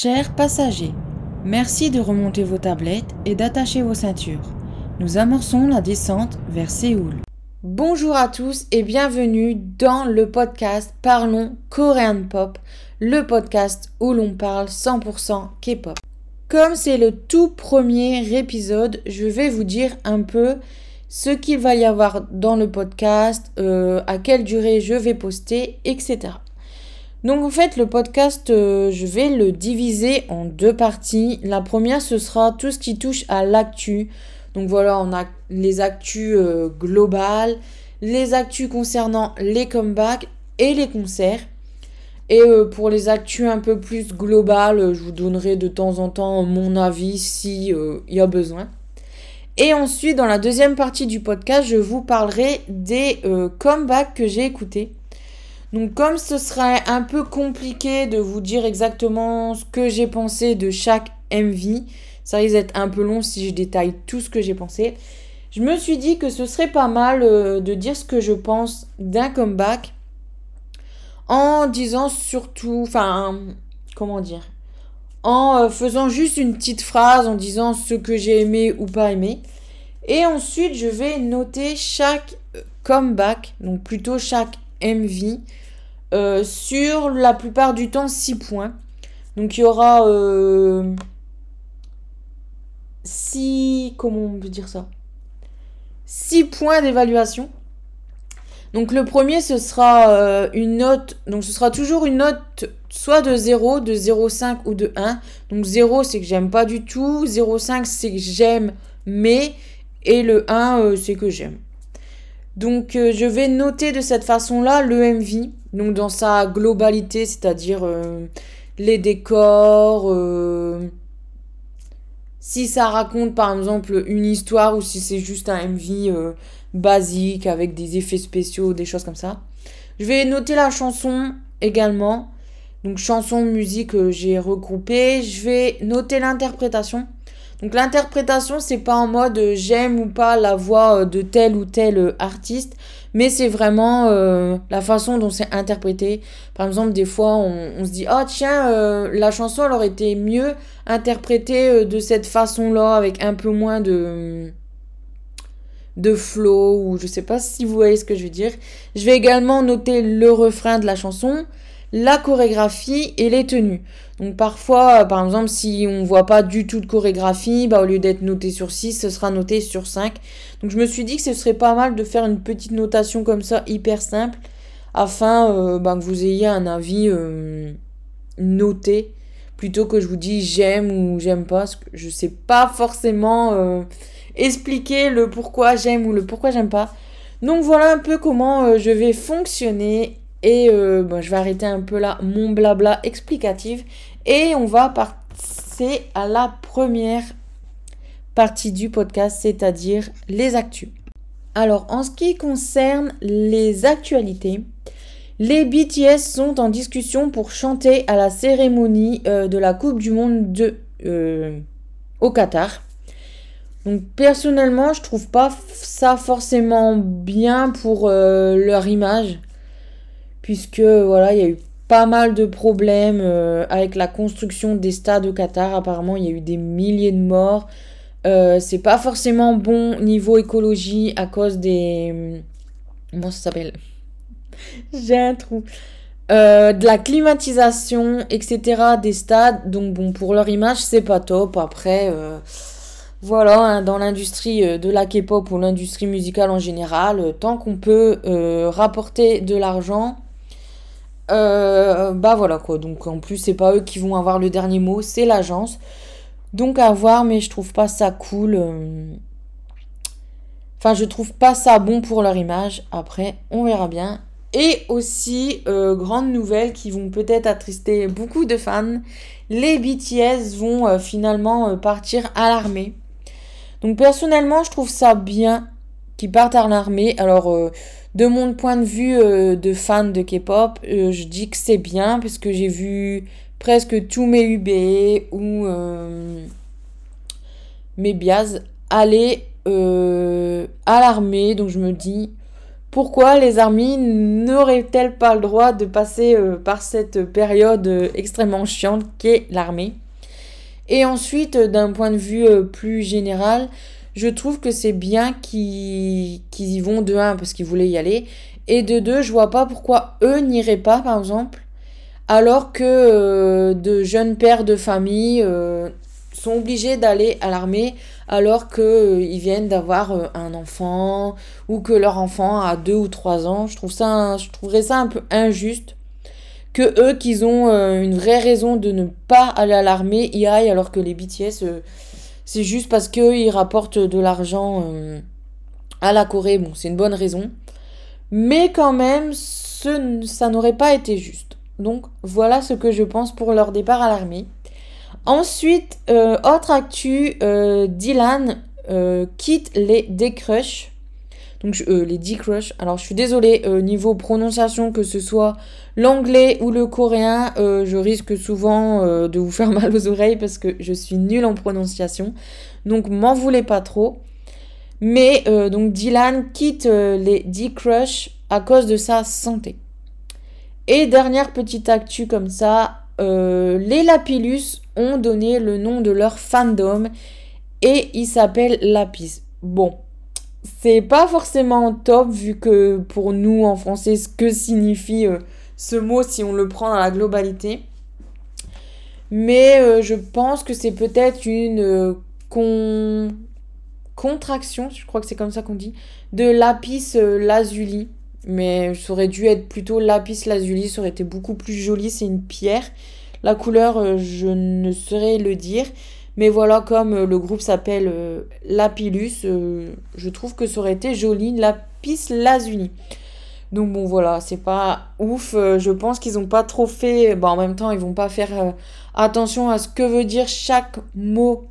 Chers passagers, merci de remonter vos tablettes et d'attacher vos ceintures. Nous amorçons la descente vers Séoul. Bonjour à tous et bienvenue dans le podcast Parlons Korean Pop, le podcast où l'on parle 100% K-pop. Comme c'est le tout premier épisode, je vais vous dire un peu ce qu'il va y avoir dans le podcast, à quelle durée je vais poster, etc. Donc en fait, le podcast, je vais le diviser en deux parties. La première, ce sera tout ce qui touche à l'actu. Donc voilà, on a les actus globales, les actus concernant les comebacks et les concerts. Et pour les actus un peu plus globales, je vous donnerai de temps en temps mon avis si y a besoin. Et ensuite, dans la deuxième partie du podcast, je vous parlerai des comebacks que j'ai écoutés. Donc comme ce serait un peu compliqué de vous dire exactement ce que j'ai pensé de chaque MV, ça risque d'être un peu long si je détaille tout ce que j'ai pensé, je me suis dit que ce serait pas mal de dire ce que je pense d'un comeback en disant surtout, en faisant juste une petite phrase en disant ce que j'ai aimé ou pas aimé. Et ensuite, je vais noter chaque comeback, donc plutôt chaque MV, sur la plupart du temps 6 points. Donc il y aura 6 points d'évaluation. Donc le premier, ce sera une note, donc ce sera toujours une note soit de 0, de 0,5 ou de 1. Donc 0 c'est que j'aime pas du tout, 0,5 c'est que j'aime mais, et le 1 c'est que j'aime. Donc je vais noter de cette façon-là le MV, donc dans sa globalité, c'est-à-dire les décors, si ça raconte par exemple une histoire ou si c'est juste un MV basique avec des effets spéciaux, des choses comme ça. Je vais noter la chanson également, donc chanson, musique, j'ai regroupé. Je vais noter l'interprétation. Donc l'interprétation, c'est pas en mode j'aime ou pas la voix de tel ou tel artiste, mais c'est vraiment la façon dont c'est interprété. Par exemple, des fois, on se dit oh tiens, la chanson elle aurait été mieux interprétée de cette façon-là, avec un peu moins de flow, ou je sais pas si vous voyez ce que je veux dire. Je vais également noter le refrain de la chanson, la chorégraphie et les tenues. Donc parfois, par exemple, si on voit pas du tout de chorégraphie, au lieu d'être noté sur 6, ce sera noté sur 5. Donc je me suis dit que ce serait pas mal de faire une petite notation comme ça, hyper simple, afin que vous ayez un avis noté, plutôt que je vous dis j'aime ou j'aime pas, parce que je sais pas forcément expliquer le pourquoi j'aime ou le pourquoi j'aime pas. Donc voilà un peu comment je vais fonctionner. Et je vais arrêter un peu là mon blabla explicatif. Et on va passer à la première partie du podcast, c'est-à-dire les actus. Alors, en ce qui concerne les actualités, les BTS sont en discussion pour chanter à la cérémonie de la Coupe du Monde au Qatar. Donc personnellement, je trouve pas ça forcément bien pour leur image, puisque voilà, il y a eu pas mal de problèmes avec la construction des stades au Qatar. Apparemment, il y a eu des milliers de morts. C'est pas forcément bon niveau écologie à cause des... Comment ça s'appelle? J'ai un trou. De la climatisation, etc. des stades. Donc bon, pour leur image, c'est pas top. Après, voilà, hein, dans l'industrie de la K-pop ou l'industrie musicale en général, tant qu'on peut rapporter de l'argent, voilà quoi. Donc en plus, c'est pas eux qui vont avoir le dernier mot, c'est l'agence. Donc à voir, mais je trouve pas ça cool. Enfin, je trouve pas ça bon pour leur image. Après, on verra bien. Et aussi, grande nouvelle qui vont peut-être attrister beaucoup de fans, les BTS vont finalement partir à l'armée. Donc personnellement, je trouve ça bien qu'ils partent à l'armée. Alors, de mon point de vue de fan de K-pop, je dis que c'est bien parce que j'ai vu presque tous mes UB ou mes bias aller à l'armée. Donc je me dis pourquoi les armées n'auraient-elles pas le droit de passer par cette période extrêmement chiante qu'est l'armée. Et ensuite, d'un point de vue plus général, je trouve que c'est bien qu'ils y vont de un parce qu'ils voulaient y aller. Et de deux, je vois pas pourquoi eux n'iraient pas, par exemple, alors que de jeunes pères de famille sont obligés d'aller à l'armée alors qu'ils viennent d'avoir un enfant ou que leur enfant a 2 ou 3 ans. Je trouverais ça un peu injuste que eux, qu'ils ont une vraie raison de ne pas aller à l'armée, y aillent alors que les BTS, c'est juste parce qu'ils rapportent de l'argent à la Corée. Bon, c'est une bonne raison. Mais quand même, ça n'aurait pas été juste. Donc voilà ce que je pense pour leur départ à l'armée. Ensuite, autre actu, Dylan quitte les D-Crush. Donc les D-Crush. Alors je suis désolée, niveau prononciation, que ce soit l'anglais ou le coréen, je risque souvent de vous faire mal aux oreilles parce que je suis nulle en prononciation. Donc m'en voulez pas trop. Mais donc Dylan quitte les D-Crush à cause de sa santé. Et dernière petite actu comme ça, les Lapillus ont donné le nom de leur fandom et il s'appelle Lapis. Bon, c'est pas forcément top vu que pour nous en français, ce que signifie ce mot si on le prend dans la globalité. Mais je pense que c'est peut-être une contraction, je crois que c'est comme ça qu'on dit, de lapis lazuli. Mais ça aurait dû être plutôt lapis lazuli, ça aurait été beaucoup plus joli, c'est une pierre. La couleur, je ne saurais le dire. Mais voilà, comme le groupe s'appelle Lapillus, je trouve que ça aurait été joli, lapis lazuli. Donc bon voilà, c'est pas ouf, je pense qu'ils ont pas trop fait, en même temps ils vont pas faire attention à ce que veut dire chaque mot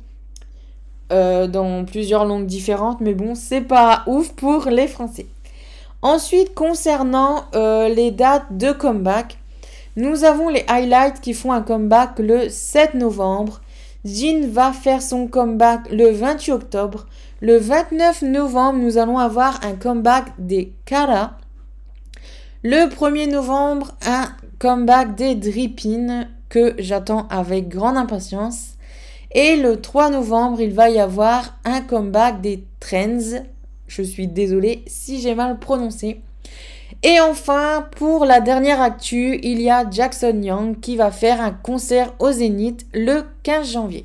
dans plusieurs langues différentes, mais bon, c'est pas ouf pour les Français. Ensuite, concernant les dates de comeback, nous avons les highlights qui font un comeback le 7 novembre. Jin va faire son comeback le 28 octobre. Le 29 novembre, nous allons avoir un comeback des Kara. Le 1er novembre, un comeback des Drippin que j'attends avec grande impatience. Et le 3 novembre, il va y avoir un comeback des Trends. Je suis désolée si j'ai mal prononcé. Et enfin, pour la dernière actu, il y a Jackson Young qui va faire un concert au Zénith le 15 janvier.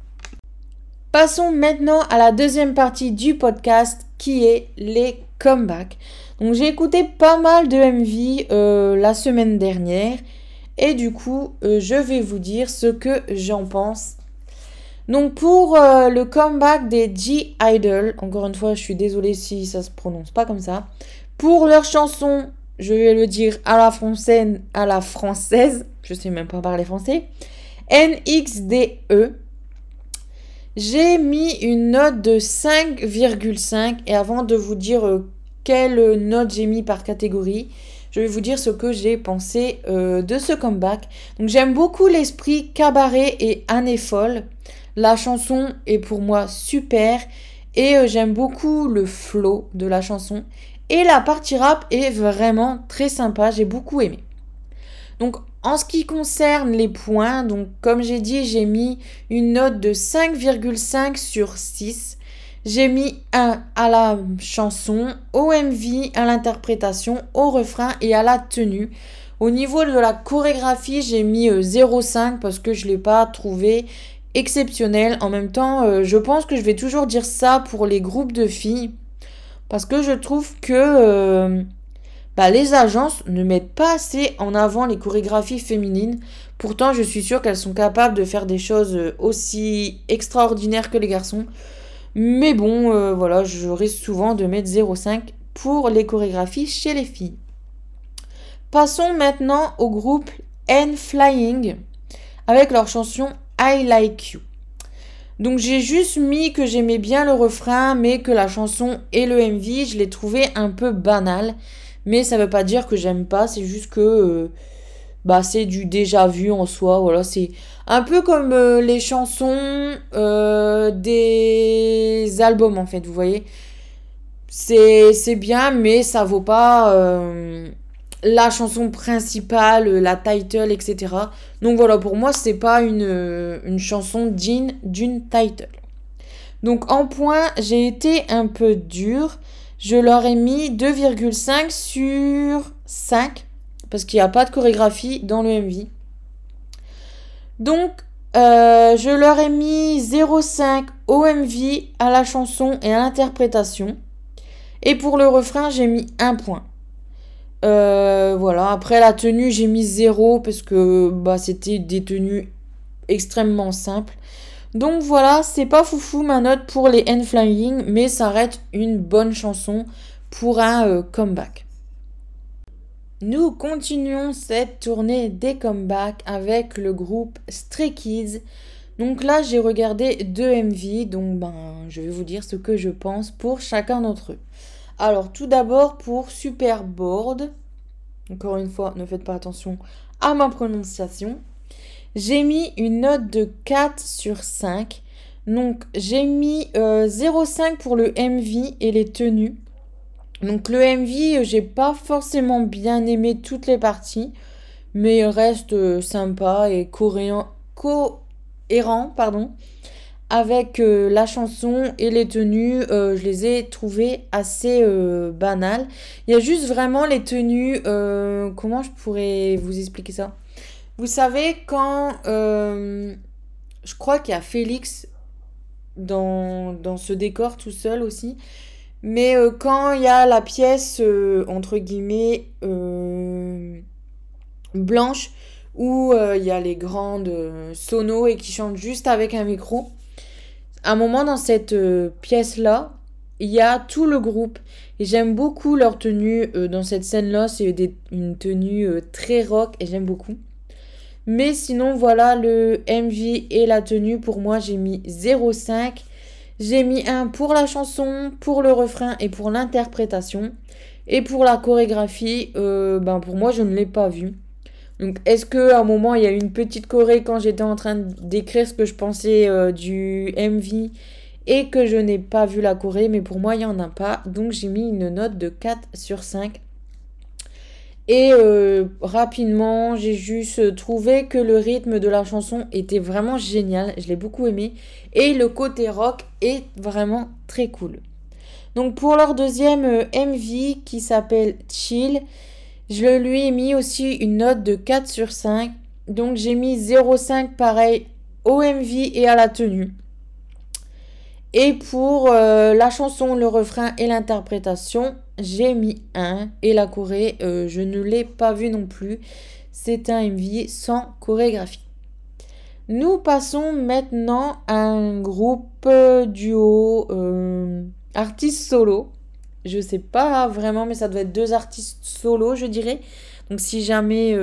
Passons maintenant à la deuxième partie du podcast qui est les comebacks. Donc j'ai écouté pas mal de MV la semaine dernière et du coup je vais vous dire ce que j'en pense. Donc pour le comeback des G-Idol, encore une fois je suis désolée si ça se prononce pas comme ça, pour leur chanson, je vais le dire à la française, je sais même pas parler français, NXDE, j'ai mis une note de 5,5 et avant de vous dire quelle note j'ai mis par catégorie, je vais vous dire ce que j'ai pensé de ce comeback. Donc j'aime beaucoup l'esprit cabaret et année folle. La chanson est pour moi super et j'aime beaucoup le flow de la chanson. Et la partie rap est vraiment très sympa, j'ai beaucoup aimé. Donc en ce qui concerne les points, donc comme j'ai dit, j'ai mis une note de 5,5 sur 6. J'ai mis 1 à la chanson, au MV, à l'interprétation, au refrain et à la tenue. Au niveau de la chorégraphie, j'ai mis 0,5 parce que je ne l'ai pas trouvé exceptionnel. En même temps, je pense que je vais toujours dire ça pour les groupes de filles. Parce que je trouve que les agences ne mettent pas assez en avant les chorégraphies féminines. Pourtant, je suis sûre qu'elles sont capables de faire des choses aussi extraordinaires que les garçons. Mais bon, voilà, je risque souvent de mettre 0,5 pour les chorégraphies chez les filles. Passons maintenant au groupe N-Flying avec leur chanson I Like You. Donc j'ai juste mis que j'aimais bien le refrain, mais que la chanson et le MV, je l'ai trouvé un peu banal. Mais ça veut pas dire que j'aime pas, c'est juste que c'est du déjà vu en soi. Voilà, c'est un peu comme les chansons des albums en fait, vous voyez. c'est bien, mais ça vaut pas la chanson principale, la title, etc. Donc voilà, pour moi, c'est pas une chanson digne d'une title. Donc en point, j'ai été un peu dure. Je leur ai mis 2,5 sur 5 parce qu'il n'y a pas de chorégraphie dans le MV. Donc je leur ai mis 0,5 au MV, à la chanson et à l'interprétation. Et pour le refrain, j'ai mis 1 point. Voilà, après la tenue, j'ai mis 0 parce que c'était des tenues extrêmement simples. Donc voilà, c'est pas foufou ma note pour les End Flying, mais ça reste une bonne chanson pour un comeback. Nous continuons cette tournée des comebacks avec le groupe Stray Kids. Donc là, j'ai regardé 2 MV, donc je vais vous dire ce que je pense pour chacun d'entre eux. Alors tout d'abord pour Superboard, encore une fois, ne faites pas attention à ma prononciation. J'ai mis une note de 4 sur 5. Donc j'ai mis 0,5 pour le MV et les tenues. Donc le MV, j'ai pas forcément bien aimé toutes les parties, mais il reste sympa et cohérent, avec la chanson et les tenues. Je les ai trouvées assez banales. Il y a juste vraiment les tenues. Comment je pourrais vous expliquer ça? Vous savez, quand je crois qu'il y a Félix dans ce décor tout seul aussi. Mais quand il y a la pièce, entre guillemets, blanche, où il y a les grandes sonos et qui chantent juste avec un micro, à un moment dans cette pièce-là, il y a tout le groupe. Et j'aime beaucoup leur tenue dans cette scène-là. C'est une tenue très rock et j'aime beaucoup. Mais sinon, voilà, le MV et la tenue, pour moi, j'ai mis 0,5. J'ai mis 1 pour la chanson, pour le refrain et pour l'interprétation. Et pour la chorégraphie, pour moi, je ne l'ai pas vue. Donc, est-ce qu'à un moment, il y a eu une petite choré quand j'étais en train d'écrire ce que je pensais du MV et que je n'ai pas vu la choré, mais pour moi, il n'y en a pas. Donc, j'ai mis une note de 4 sur 5. Et rapidement, j'ai juste trouvé que le rythme de la chanson était vraiment génial. Je l'ai beaucoup aimé. Et le côté rock est vraiment très cool. Donc pour leur deuxième MV qui s'appelle Chill, je lui ai mis aussi une note de 4 sur 5. Donc j'ai mis 0,5 pareil au MV et à la tenue. Et pour la chanson, le refrain et l'interprétation, j'ai mis 1. Et la choré, je ne l'ai pas vue non plus. C'est un MV sans chorégraphie. Nous passons maintenant à un groupe duo artistes solo. Je sais pas vraiment, mais ça doit être 2 artistes solo, je dirais. Donc si jamais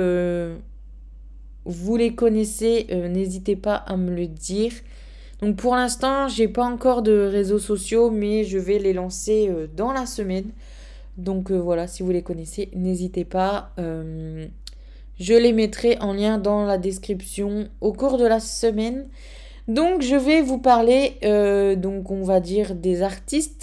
vous les connaissez, n'hésitez pas à me le dire. Donc pour l'instant, j'ai pas encore de réseaux sociaux, mais je vais les lancer dans la semaine. Donc voilà, si vous les connaissez, n'hésitez pas. Je les mettrai en lien dans la description au cours de la semaine. Donc je vais vous parler, donc on va dire des artistes.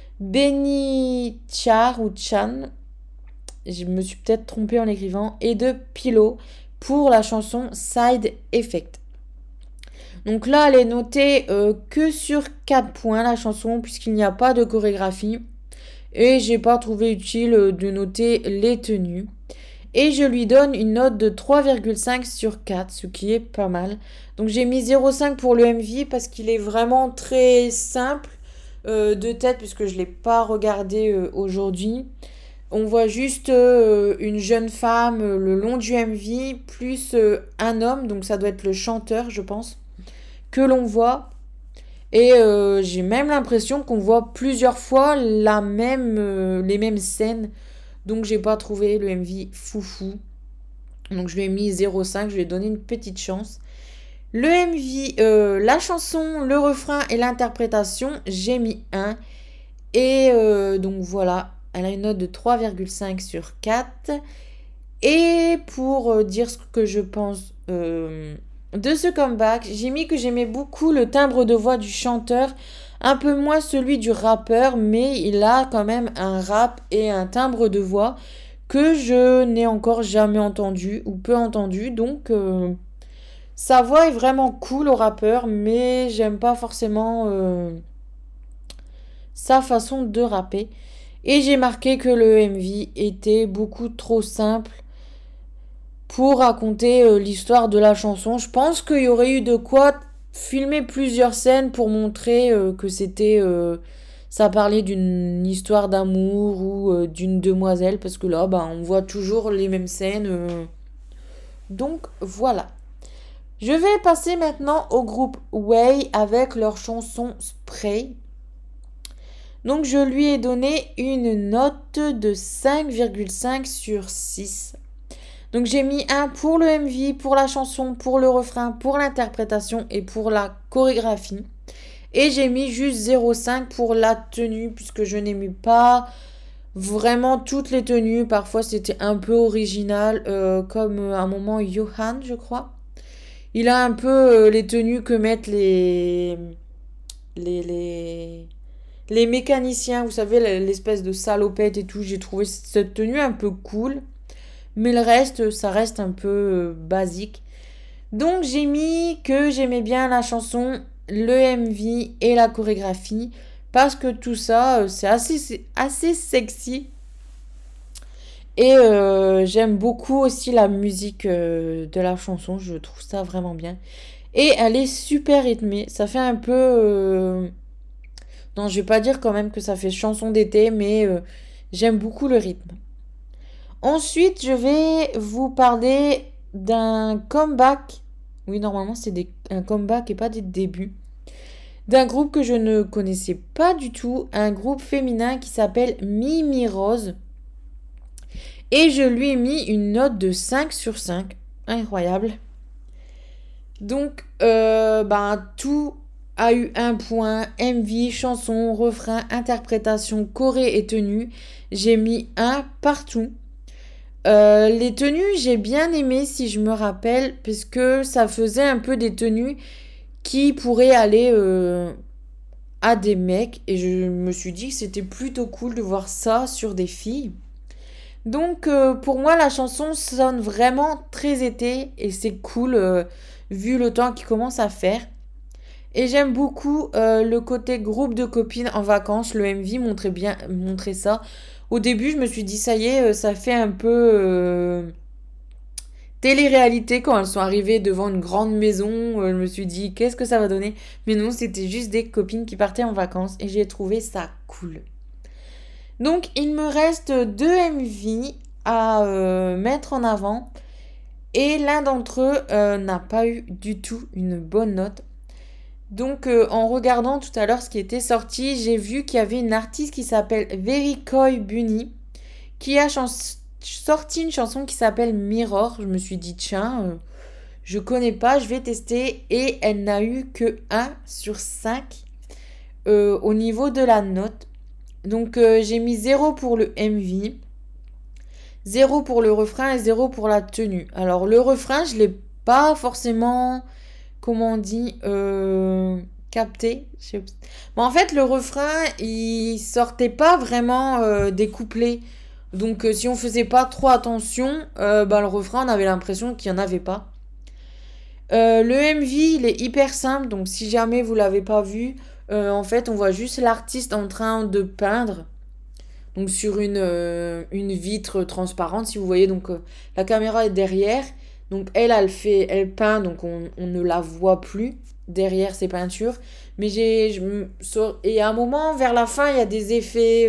Benny Char ou Chan, je me suis peut-être trompée en l'écrivant, et de Pillow pour la chanson Side Effect. Donc là, elle est notée que sur 4 points, la chanson, puisqu'il n'y a pas de chorégraphie. Et j'ai pas trouvé utile de noter les tenues. Et je lui donne une note de 3,5 sur 4, ce qui est pas mal. Donc j'ai mis 0,5 pour le MV parce qu'il est vraiment très simple de tête, puisque je ne l'ai pas regardé aujourd'hui. On voit juste une jeune femme le long du MV, plus un homme, donc ça doit être le chanteur, je pense, que l'on voit. Et j'ai même l'impression qu'on voit plusieurs fois les mêmes scènes. Donc j'ai pas trouvé le MV foufou. Donc je lui ai mis 0,5, je lui ai donné une petite chance. Le MV, la chanson, le refrain et l'interprétation, j'ai mis 1. Et donc voilà, elle a une note de 3,5 sur 4. Et pour dire ce que je pense de ce comeback, j'ai mis que j'aimais beaucoup le timbre de voix du chanteur, un peu moins celui du rappeur, mais il a quand même un rap et un timbre de voix que je n'ai encore jamais entendu ou peu entendu. Donc sa voix est vraiment cool au rappeur, mais j'aime pas forcément sa façon de rapper. Et j'ai marqué que le MV était beaucoup trop simple pour raconter l'histoire de la chanson. Je pense qu'il y aurait eu de quoi filmer plusieurs scènes pour montrer que ça parlait d'une histoire d'amour ou d'une demoiselle, parce que là, bah, on voit toujours les mêmes scènes. Donc voilà. Je vais passer maintenant au groupe Way avec leur chanson Spray. Donc je lui ai donné une note de 5,5 sur 6. Donc j'ai mis un pour le MV, pour la chanson, pour le refrain, pour l'interprétation et pour la chorégraphie. Et j'ai mis juste 0,5 pour la tenue, puisque je n'aimais pas vraiment toutes les tenues. Parfois c'était un peu original, comme à un moment Johan, je crois. Il a un peu les tenues que mettent les, les, les mécaniciens, vous savez, l'espèce de salopette et tout. J'ai trouvé cette tenue un peu cool. Mais le reste, ça reste un peu basique. Donc j'ai mis que j'aimais bien la chanson, le MV et la chorégraphie. Parce que tout ça, c'est assez sexy. Et j'aime beaucoup aussi la musique de la chanson. Je trouve ça vraiment bien. Et elle est super rythmée. Ça fait un peu... Non, je vais pas dire quand même que ça fait chanson d'été, mais j'aime beaucoup le rythme. Ensuite, je vais vous parler d'un comeback. Oui, normalement, un comeback et pas des débuts. D'un groupe que je ne connaissais pas du tout. Un groupe féminin qui s'appelle Mimi Rose. Et je lui ai mis une note de 5 sur 5. Incroyable. Donc, tout a eu un point. MV, chanson, refrain, interprétation, choré et tenue. J'ai mis un partout. Les tenues, j'ai bien aimé si je me rappelle, parce que ça faisait un peu des tenues qui pourraient aller à des mecs. Et je me suis dit que c'était plutôt cool de voir ça sur des filles. Donc pour moi, la chanson sonne vraiment très été et c'est cool vu le temps qui commence à faire. Et j'aime beaucoup le côté groupe de copines en vacances. Le MV montrait ça. Au début, je me suis dit, ça y est, ça fait un peu télé-réalité quand elles sont arrivées devant une grande maison. Je me suis dit, qu'est-ce que ça va donner? Mais non, c'était juste des copines qui partaient en vacances et j'ai trouvé ça cool. Donc, il me reste 2 MV à mettre en avant. Et l'un d'entre eux n'a pas eu du tout une bonne note. Donc en regardant tout à l'heure ce qui était sorti, j'ai vu qu'il y avait une artiste qui s'appelle Verikoy Bunny qui a sorti une chanson qui s'appelle Mirror. Je me suis dit tiens, je connais pas, je vais tester et elle n'a eu que 1 sur 5 au niveau de la note. Donc j'ai mis 0 pour le MV, 0 pour le refrain et 0 pour la tenue. Alors le refrain, je l'ai pas forcément comment on dit, capté. Bon, en fait, le refrain, il sortait pas vraiment des couplets. Donc, si on faisait pas trop attention, le refrain, on avait l'impression qu'il y en avait pas. Le MV, il est hyper simple. Donc, si jamais vous l'avez pas vu, en fait, on voit juste l'artiste en train de peindre. Donc, sur une vitre transparente, si vous voyez. Donc, la caméra est derrière. Donc elle peint, donc on ne la voit plus derrière ses peintures. Mais et à un moment, vers la fin, il y a des effets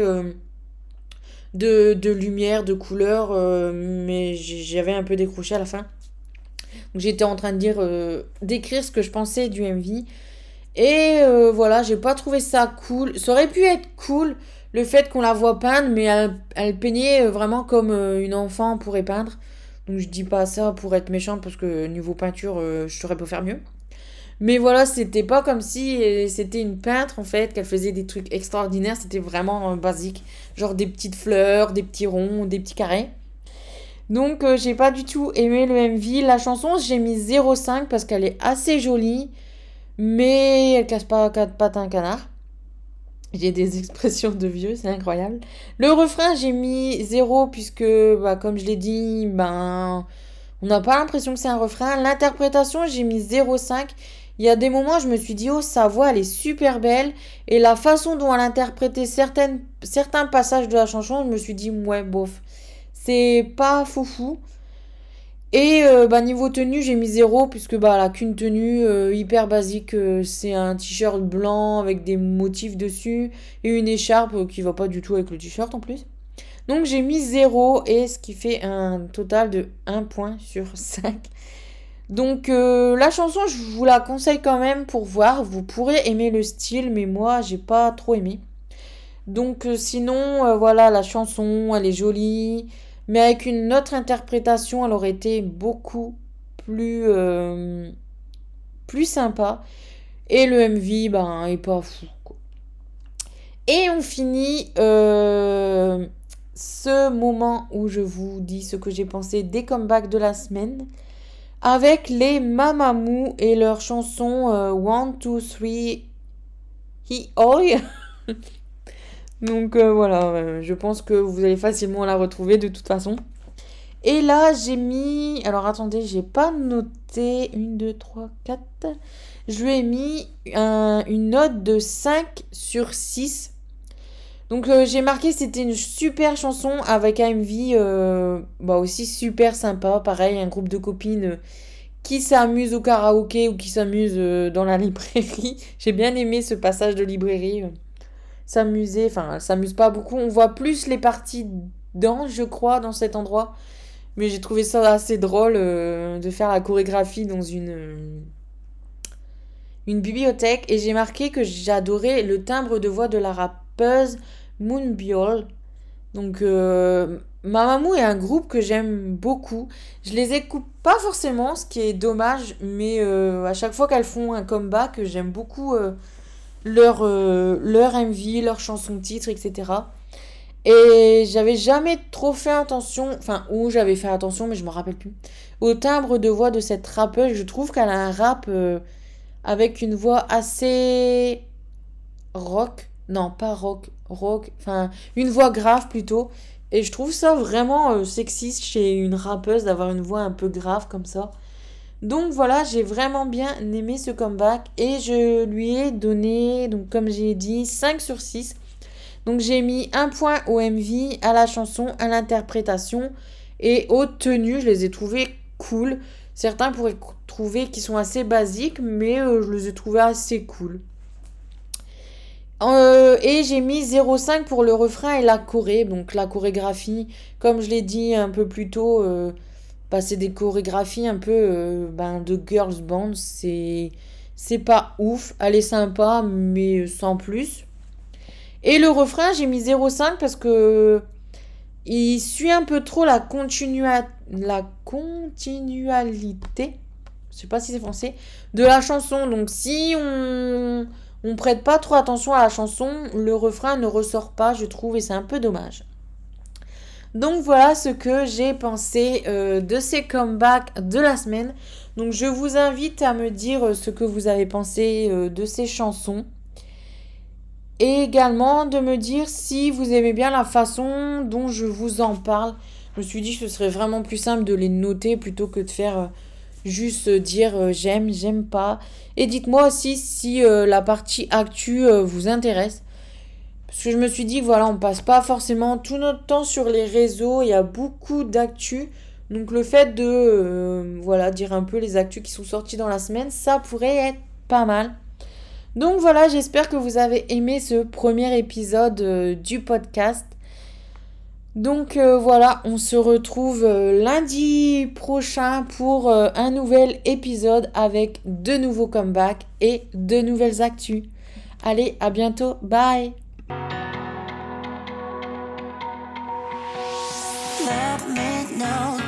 de lumière, de couleur, mais j'avais un peu décroché à la fin. Donc j'étais en train d'écrire ce que je pensais du MV. Et voilà, j'ai pas trouvé ça cool. Ça aurait pu être cool le fait qu'on la voit peindre, mais elle peignait vraiment comme une enfant pourrait peindre. Donc je dis pas ça pour être méchante parce que niveau peinture, je saurais pas faire mieux. Mais voilà, c'était pas comme si c'était une peintre en fait, qu'elle faisait des trucs extraordinaires, c'était vraiment basique. Genre des petites fleurs, des petits ronds, des petits carrés. Donc j'ai pas du tout aimé le MV. La chanson, j'ai mis 0,5 parce qu'elle est assez jolie, mais elle casse pas quatre pattes à un canard. J'ai des expressions de vieux, c'est incroyable. Le refrain, j'ai mis 0 puisque, comme je l'ai dit, on n'a pas l'impression que c'est un refrain. L'interprétation, j'ai mis 0,5. Il y a des moments, je me suis dit, oh, sa voix, elle est super belle. Et la façon dont elle interprétait certains passages de la chanson, je me suis dit, ouais, bof. C'est pas foufou. Et niveau tenue, j'ai mis 0 puisque elle a qu'une tenue hyper basique. C'est un t-shirt blanc avec des motifs dessus et une écharpe qui va pas du tout avec le t-shirt en plus. Donc j'ai mis 0 et ce qui fait un total de 1 point sur 5. Donc la chanson, je vous la conseille quand même pour voir. Vous pourrez aimer le style, mais moi, j'ai pas trop aimé. Donc sinon, voilà, la chanson, elle est jolie. Mais avec une autre interprétation, elle aurait été beaucoup plus, plus sympa. Et le MV, est pas fou, quoi. Et on finit ce moment où je vous dis ce que j'ai pensé des comebacks de la semaine avec les Mamamoo et leur chanson One, Two, Three, He Oi. Donc voilà, je pense que vous allez facilement la retrouver de toute façon. Et là, j'ai mis... Alors attendez, j'ai pas noté. 1, 2, 3, 4. Je lui ai mis une note de 5 sur 6. Donc j'ai marqué c'était une super chanson avec un MV aussi super sympa. Pareil, un groupe de copines qui s'amusent au karaoké ou qui s'amusent dans la librairie. J'ai bien aimé ce passage de librairie. S'amuser, enfin, elle s'amuse pas beaucoup. On voit plus les parties danse, je crois, dans cet endroit. Mais j'ai trouvé ça assez drôle de faire la chorégraphie dans une bibliothèque. Et j'ai marqué que j'adorais le timbre de voix de la rappeuse Moonbyul. Donc, Mamamoo est un groupe que j'aime beaucoup. Je les écoute pas forcément, ce qui est dommage. Mais à chaque fois qu'elles font un comeback, j'aime beaucoup leur MV, leur chanson titre, etc. Et j'avais jamais trop fait attention, enfin, ou j'avais fait attention, mais je me rappelle plus, au timbre de voix de cette rappeuse. Je trouve qu'elle a un rap avec une voix assez rock. Non, pas rock, enfin, une voix grave plutôt. Et je trouve ça vraiment sexiste chez une rappeuse d'avoir une voix un peu grave comme ça. Donc voilà, j'ai vraiment bien aimé ce comeback et je lui ai donné, donc comme j'ai dit, 5 sur 6. Donc j'ai mis un point au MV, à la chanson, à l'interprétation et aux tenues. Je les ai trouvées cool. Certains pourraient trouver qu'ils sont assez basiques, mais je les ai trouvés assez cool. Et j'ai mis 0,5 pour le refrain et la choré. Donc la chorégraphie, comme je l'ai dit un peu plus tôt, c'est des chorégraphies un peu de girls band. C'est pas ouf. Elle est sympa, mais sans plus. Et le refrain, j'ai mis 0,5 parce que il suit un peu trop la continualité, je sais pas si c'est français, de la chanson. Donc si on prête pas trop attention à la chanson, le refrain ne ressort pas, je trouve, et c'est un peu dommage. Donc voilà ce que j'ai pensé de ces comebacks de la semaine. Donc je vous invite à me dire ce que vous avez pensé de ces chansons. Et également de me dire si vous aimez bien la façon dont je vous en parle. Je me suis dit que ce serait vraiment plus simple de les noter plutôt que de faire juste dire j'aime pas. Et dites-moi aussi si la partie actu vous intéresse. Parce que je me suis dit que voilà, on passe pas forcément tout notre temps sur les réseaux. Il y a beaucoup d'actu. Donc le fait de dire un peu les actus qui sont sortis dans la semaine, ça pourrait être pas mal. Donc voilà, j'espère que vous avez aimé ce premier épisode du podcast. Donc voilà, on se retrouve lundi prochain pour un nouvel épisode avec de nouveaux comebacks et de nouvelles actus. Allez, à bientôt, bye. Let me know.